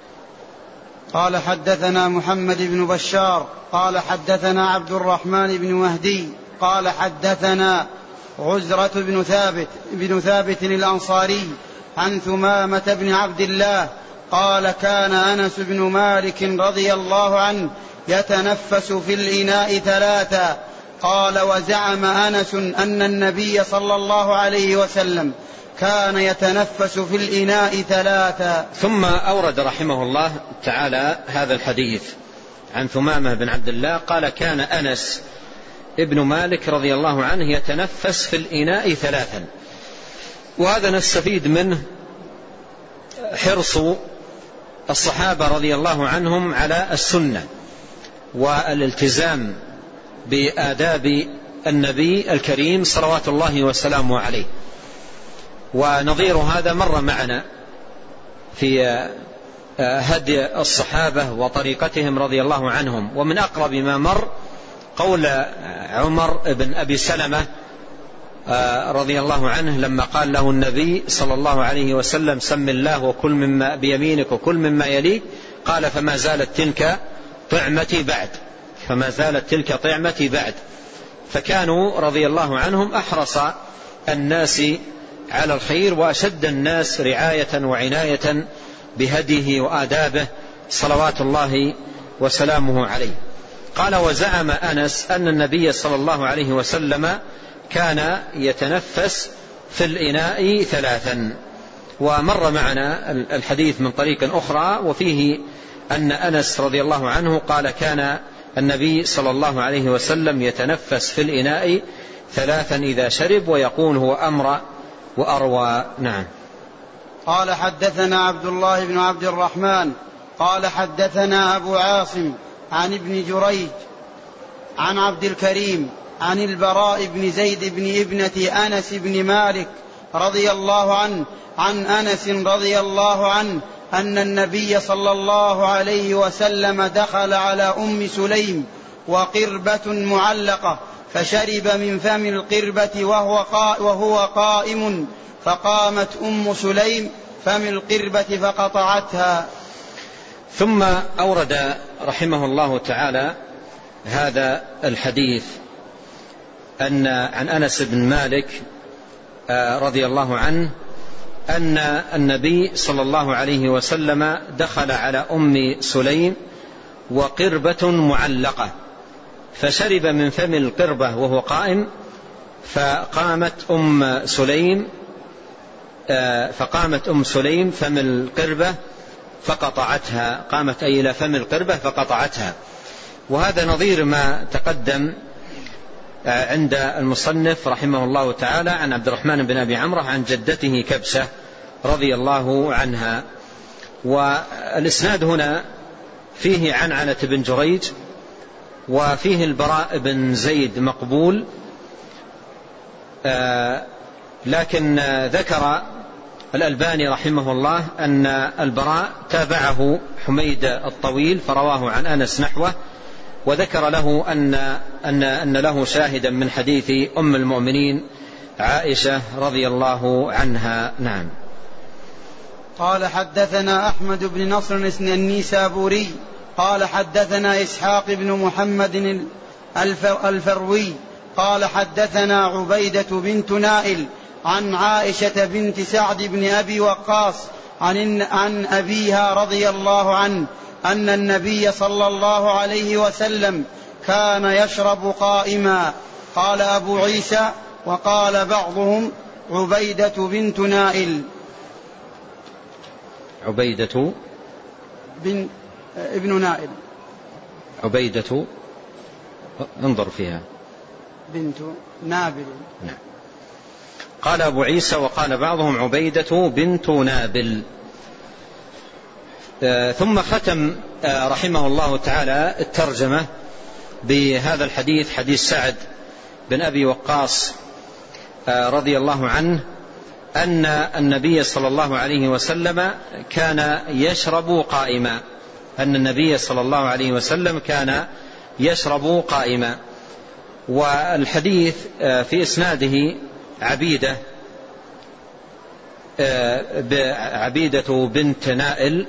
قال حدثنا محمد بن بشار قال حدثنا عبد الرحمن بن مهدي قال حدثنا عزرة بن ثابت بن ثابت الأنصاري عن ثمامة بن عبد الله قال كان أنس بن مالك رضي الله عنه يتنفس في الإناء ثلاثا. قال وزعم أنس أن النبي صلى الله عليه وسلم كان يتنفس في الإناء ثلاثا. ثم أورد رحمه الله تعالى هذا الحديث عن ثمامة بن عبد الله قال كان أنس ابن مالك رضي الله عنه يتنفس في الإناء ثلاثا. وهذا نستفيد منه حرص الصحابة رضي الله عنهم على السنة والالتزام بآداب النبي الكريم صلوات الله وسلامه عليه. ونظير هذا مر معنا في هدي الصحابة وطريقتهم رضي الله عنهم. ومن أقرب ما مر قول عمر بن أبي سلمة رضي الله عنه لما قال له النبي صلى الله عليه وسلم سم الله وكل مما بيمينك وكل مما يليك، قال فما زالت تلك طعمتي بعد فما زالت تلك طعمتي بعد. فكانوا رضي الله عنهم أحرص الناس على الخير وأشد الناس رعاية وعناية بهديه وآدابه صلوات الله وسلامه عليه. قال وزعم أنس أن النبي صلى الله عليه وسلم كان يتنفس في الإناء ثلاثا. ومر معنا الحديث من طريق أخرى وفيه أن أنس رضي الله عنه قال كان النبي صلى الله عليه وسلم يتنفس في الإناء ثلاثا إذا شرب ويقول هو أمر وأروى. نعم. قال حدثنا عبد الله بن عبد الرحمن قال حدثنا أبو عاصم عن ابن جريج عن عبد الكريم عن البراء بن زيد بن ابنة أنس بن مالك رضي الله عنه عن أنس رضي الله عنه أن النبي صلى الله عليه وسلم دخل على أم سليم وقربة معلقة فشرب من فم القربة وهو, قا وهو قائم فقامت أم سليم فم القربة فقطعتها. ثم أورد رحمه الله تعالى هذا الحديث أن عن أنس بن مالك رضي الله عنه أن النبي صلى الله عليه وسلم دخل على أم سليم وقربة معلقة فشرب من فم القربة وهو قائم فقامت أم سليم فقامت أم سليم فم القربة فقطعتها. قامت أي إلى فم القربة فقطعتها. وهذا نظير ما تقدم عند المصنف رحمه الله تعالى عن عبد الرحمن بن أبي عمرو عن جدته كبشة رضي الله عنها. والإسناد هنا فيه عنعنة بن جريج وفيه البراء بن زيد مقبول، لكن ذكر الألباني رحمه الله أن البراء تابعه حميد الطويل فرواه عن أنس نحوه، وذكر له أن, أن, أن له شاهدا من حديث أم المؤمنين عائشة رضي الله عنها. نعم. قال حدثنا أحمد بن نصر النيسابوري قال حدثنا إسحاق بن محمد الفروي قال حدثنا عبيدة بنت نائل عن عائشة بنت سعد بن أبي وقاص عن, عن أبيها رضي الله عنه أن النبي صلى الله عليه وسلم كان يشرب قائما. قال أبو عيسى وقال بعضهم عبيدة بنت نائل. عبيدة بن ابن نائل. عبيدة انظر فيها بنت نابل. نعم. قال أبو عيسى وقال بعضهم عبيدة بنت نابل. ثم ختم رحمه الله تعالى الترجمة بهذا الحديث حديث سعد بن أبي وقاص رضي الله عنه أن النبي صلى الله عليه وسلم كان يشرب قائما. أن النبي صلى الله عليه وسلم كان يشرب قائما. والحديث في إسناده عبيدة عبيدة بنت نائل،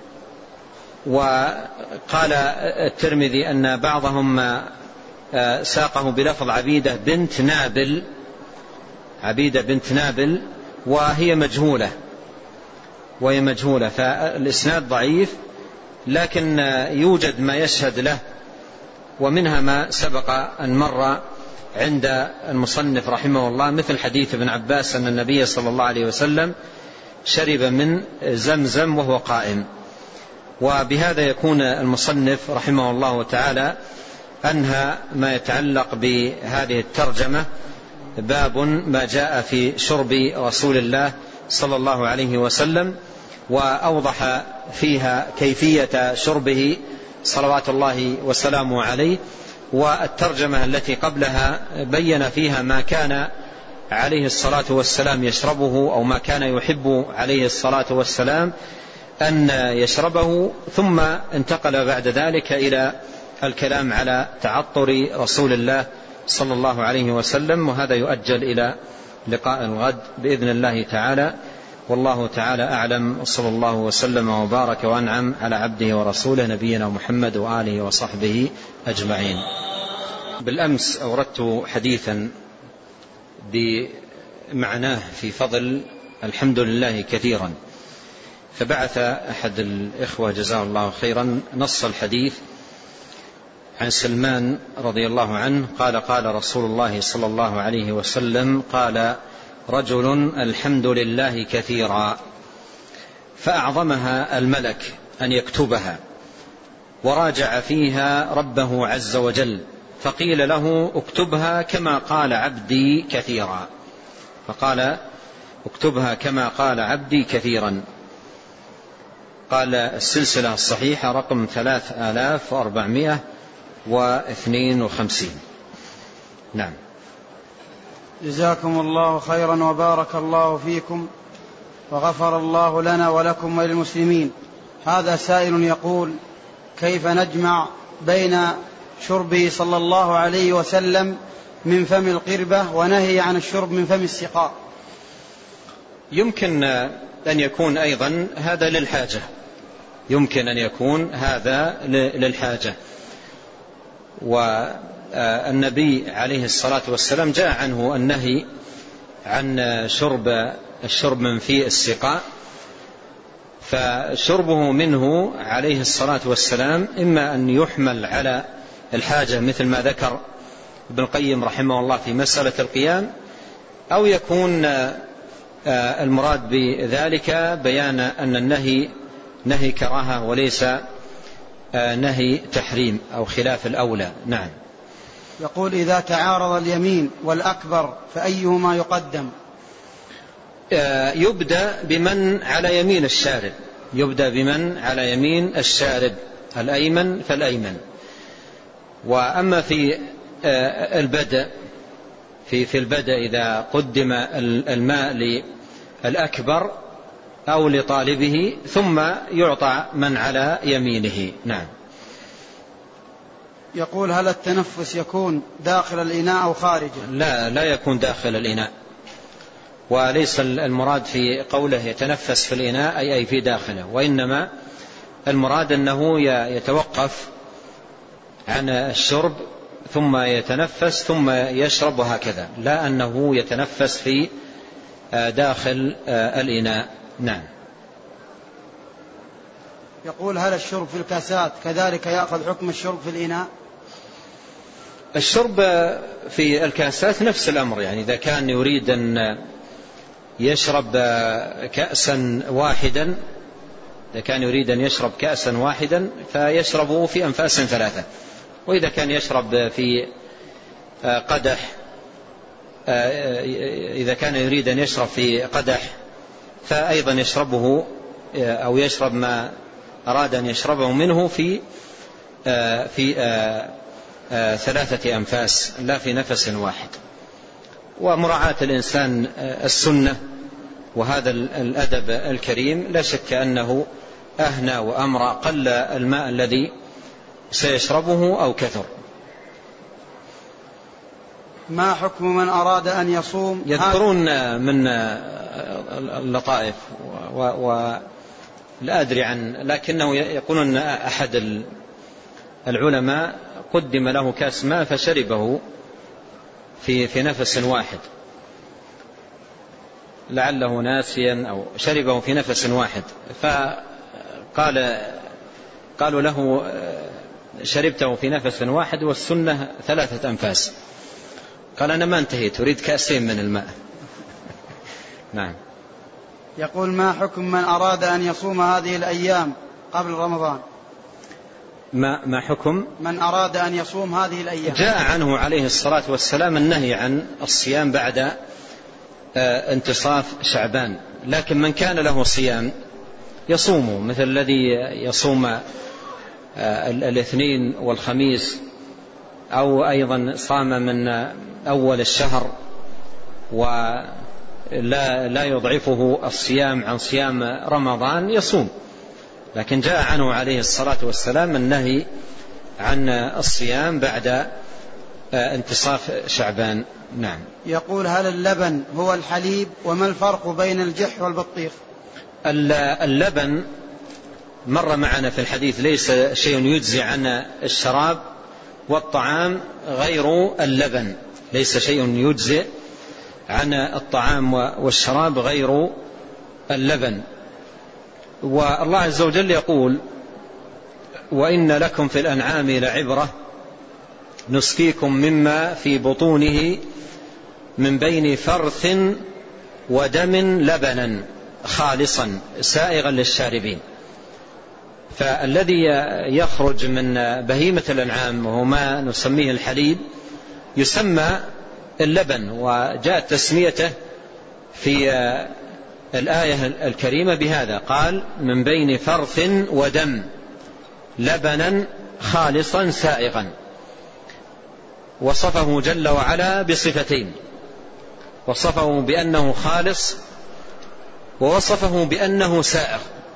وقال الترمذي أن بعضهم ساقه بلفظ عبيدة بنت نابل، عبيدة بنت نابل، وهي مجهولة وهي مجهولة فالإسناد ضعيف، لكن يوجد ما يشهد له، ومنها ما سبق أن مر عند المصنف رحمه الله، مثل حديث ابن عباس أن النبي صلى الله عليه وسلم شرب من زمزم وهو قائم. وبهذا يكون المصنف رحمه الله تعالى أنهى ما يتعلق بهذه الترجمة، باب ما جاء في شرب رسول الله صلى الله عليه وسلم، وأوضح فيها كيفية شربه صلوات الله وسلامه عليه. والترجمة التي قبلها بين فيها ما كان عليه الصلاة والسلام يشربه، أو ما كان يحب عليه الصلاة والسلام أن يشربه، ثم انتقل بعد ذلك إلى الكلام على تعطر رسول الله صلى الله عليه وسلم، وهذا يؤجل إلى لقاء الغد بإذن الله تعالى. والله تعالى أعلم، صلى الله وسلم وبارك وأنعم على عبده ورسوله نبينا محمد وآله وصحبه أجمعين. بالأمس أوردت حديثا بمعناه في فضل الحمد لله كثيرا، فبعث أحد الإخوة جزاه الله خيرا نص الحديث عن سلمان رضي الله عنه قال قال رسول الله صلى الله عليه وسلم قال رجل الحمد لله كثيرا، فأعظمها الملك أن يكتبها، وراجع فيها ربه عز وجل، فقيل له اكتبها كما قال عبدي كثيرا، فقال اكتبها كما قال عبدي كثيرا. قال السلسلة الصحيحة رقم ثلاث آلاف وأربعمائة واثنين وخمسين. نعم. جزاكم الله خيرا وبارك الله فيكم وغفر الله لنا ولكم وللمسلمين. هذا سائل يقول: كيف نجمع بين شربه صلى الله عليه وسلم من فم القربة ونهي عن الشرب من فم السقاء؟ يمكن أن يكون أيضا هذا للحاجة، يمكن أن يكون هذا للحاجة. والنبي عليه الصلاة والسلام جاء عنه النهي عن شرب الشرب من في السقاء، فشربه منه عليه الصلاة والسلام إما أن يحمل على الحاجة مثل ما ذكر ابن القيم رحمه الله في مسألة القيام، أو يكون المراد بذلك بيان أن النهي نهي كراهة وليس نهي تحريم أو خلاف الأولى. نعم. يقول: إذا تعارض اليمين والأكبر فأيهما يقدم؟ يبدأ بمن على يمين الشارب، يبدأ بمن على يمين الشارب، الأيمن فالأيمن. وأما في البدء في في البدء إذا قدم الماء للأكبر أو لطالبه ثم يعطى من على يمينه. نعم. يقول: هل التنفس يكون داخل الإناء أو خارجه؟ لا لا يكون داخل الإناء، وليس المراد في قوله يتنفس في الإناء أي أي في داخله، وإنما المراد أنه يتوقف عن الشرب ثم يتنفس ثم يشرب وهكذا، لا أنه يتنفس في داخل الإناء. نعم. يقول: هل الشرب في الكاسات كذلك يأخذ حكم الشرب في الإناء؟ الشرب في الكاسات نفس الأمر، يعني إذا كان يريد أن يشرب كأسا واحدا إذا كان يريد أن يشرب كأسا واحدا فيشربه في أنفاس ثلاثة، وإذا كان يشرب في قدح إذا كان يريد أن يشرب في قدح فأيضا يشربه أو يشرب ما أراد أن يشربه منه في في ثلاثة أنفاس لا في نفس واحد. ومراعاة الإنسان السنة وهذا الأدب الكريم لا شك أنه أهنى وأمرأ قل الماء الذي سيشربه أو كثر. ما حكم من أراد أن يصوم؟ يذكرون من اللطائف ولا أدري عن، لكنه يقولون أحد العلماء قدم له كاس ماء فشربه في في نفس واحد، لعله ناسيا أو شربه في نفس واحد، فقال قالوا له شربته في نفس واحد والسنة ثلاثة أنفاس. قال أنا ما انتهيت، أريد كأسين من الماء. نعم. يقول ما حكم من أراد أن يصوم هذه الأيام قبل رمضان؟ ما ما حكم من أراد أن يصوم هذه الأيام؟ جاء عنه عليه الصلاة والسلام النهي عن الصيام بعد انتصاف شعبان، لكن من كان له صيام يصومه، مثل الذي يصوم الاثنين والخميس، أو أيضا صام من أول الشهر ولا لا يضعفه الصيام عن صيام رمضان يصوم، لكن جاء عنه عليه الصلاة والسلام النهي عن الصيام بعد انتصاف شعبان. نعم. يقول هل اللبن هو الحليب؟ وما الفرق بين الجح والبطيخ؟ اللبن مر معنا في الحديث ليس شيء يجزي عن الشراب والطعام غير اللبن، ليس شيء يجزي عن الطعام والشراب غير اللبن. والله عز وجل يقول وإن لكم في الأنعام لعبرة نسقيكم مما في بطونه من بين فرث ودم لبنا خالصا سائغا للشاربين. فالذي يخرج من بهيمة الأنعام وهو ما نسميه الحليب يسمى اللبن، وجاءت تسميته في الآية الكريمة بهذا، قال من بين فرث ودم لبنا خالصا سائغا. وصفه جل وعلا بصفتين، وصفه بأنه خالص ووصفه بأنه سائغ.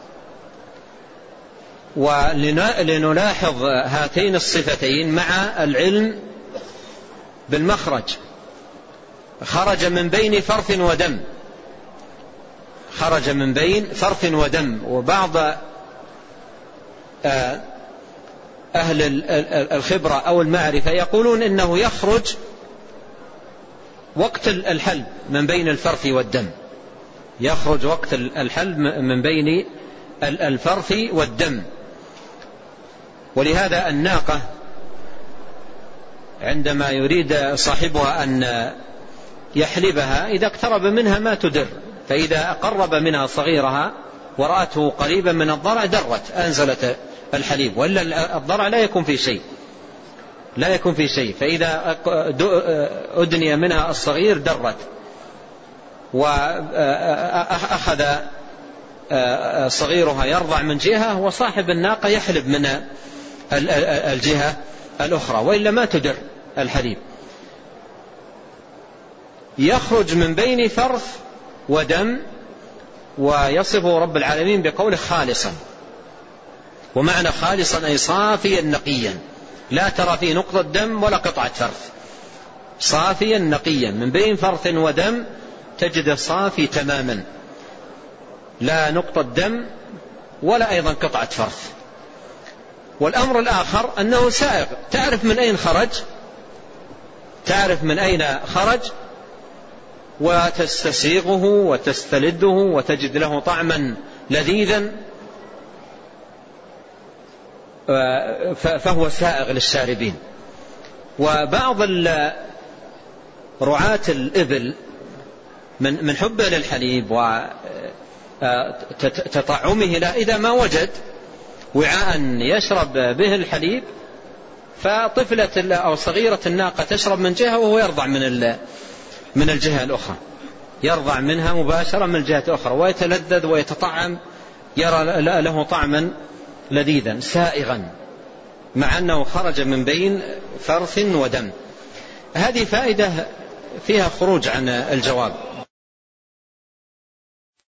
ولنلاحظ هاتين الصفتين مع العلم بالمخرج، خرج من بين فرث ودم، خرج من بين فرث ودم. وبعض أهل الخبرة أو المعرفة يقولون إنه يخرج وقت الحلب من بين الفرث والدم، يخرج وقت الحلب من بين الفرث والدم. ولهذا الناقة عندما يريد صاحبها أن يحلبها إذا اقترب منها ما تدر، فإذا قرب منها صغيرها ورأته قريبا من الضرع درت أنزلت الحليب، وإلا الضرع لا يكون في شيء، لا يكون في شيء. فإذا أدني منها الصغير درت، وأخذ صغيرها يرضع من جهة وصاحب الناقة يحلب من الجهة الأخرى، وإلا ما تدر الحليب. يخرج من بين فرث ودم، ويصفه رب العالمين بقوله خالصا. ومعنى خالصا أي صافيا نقيا، لا ترى فيه نقطة دم ولا قطعة فرث، صافيا نقيا من بين فرث ودم تجد صافي تماما، لا نقطة دم ولا أيضا قطعة فرث. والأمر الآخر أنه سائغ، تعرف من أين خرج، تعرف من أين خرج وتستسيغه وتستلده وتجد له طعما لذيذا، فهو سائغ للشاربين. وبعض رعاة الإبل من من حبه للحليب وتطعمه له، إذا ما وجد وعاء يشرب به الحليب فطفلة أو صغيرة الناقة تشرب من جهة وهو يرضع من من الجهة الأخرى، يرضع منها مباشرة من الجهة الأخرى ويتلذذ ويتطعم، يرى له طعما لذيذا سائغا مع أنه خرج من بين فرث ودم. هذه فائدة فيها خروج عن الجواب،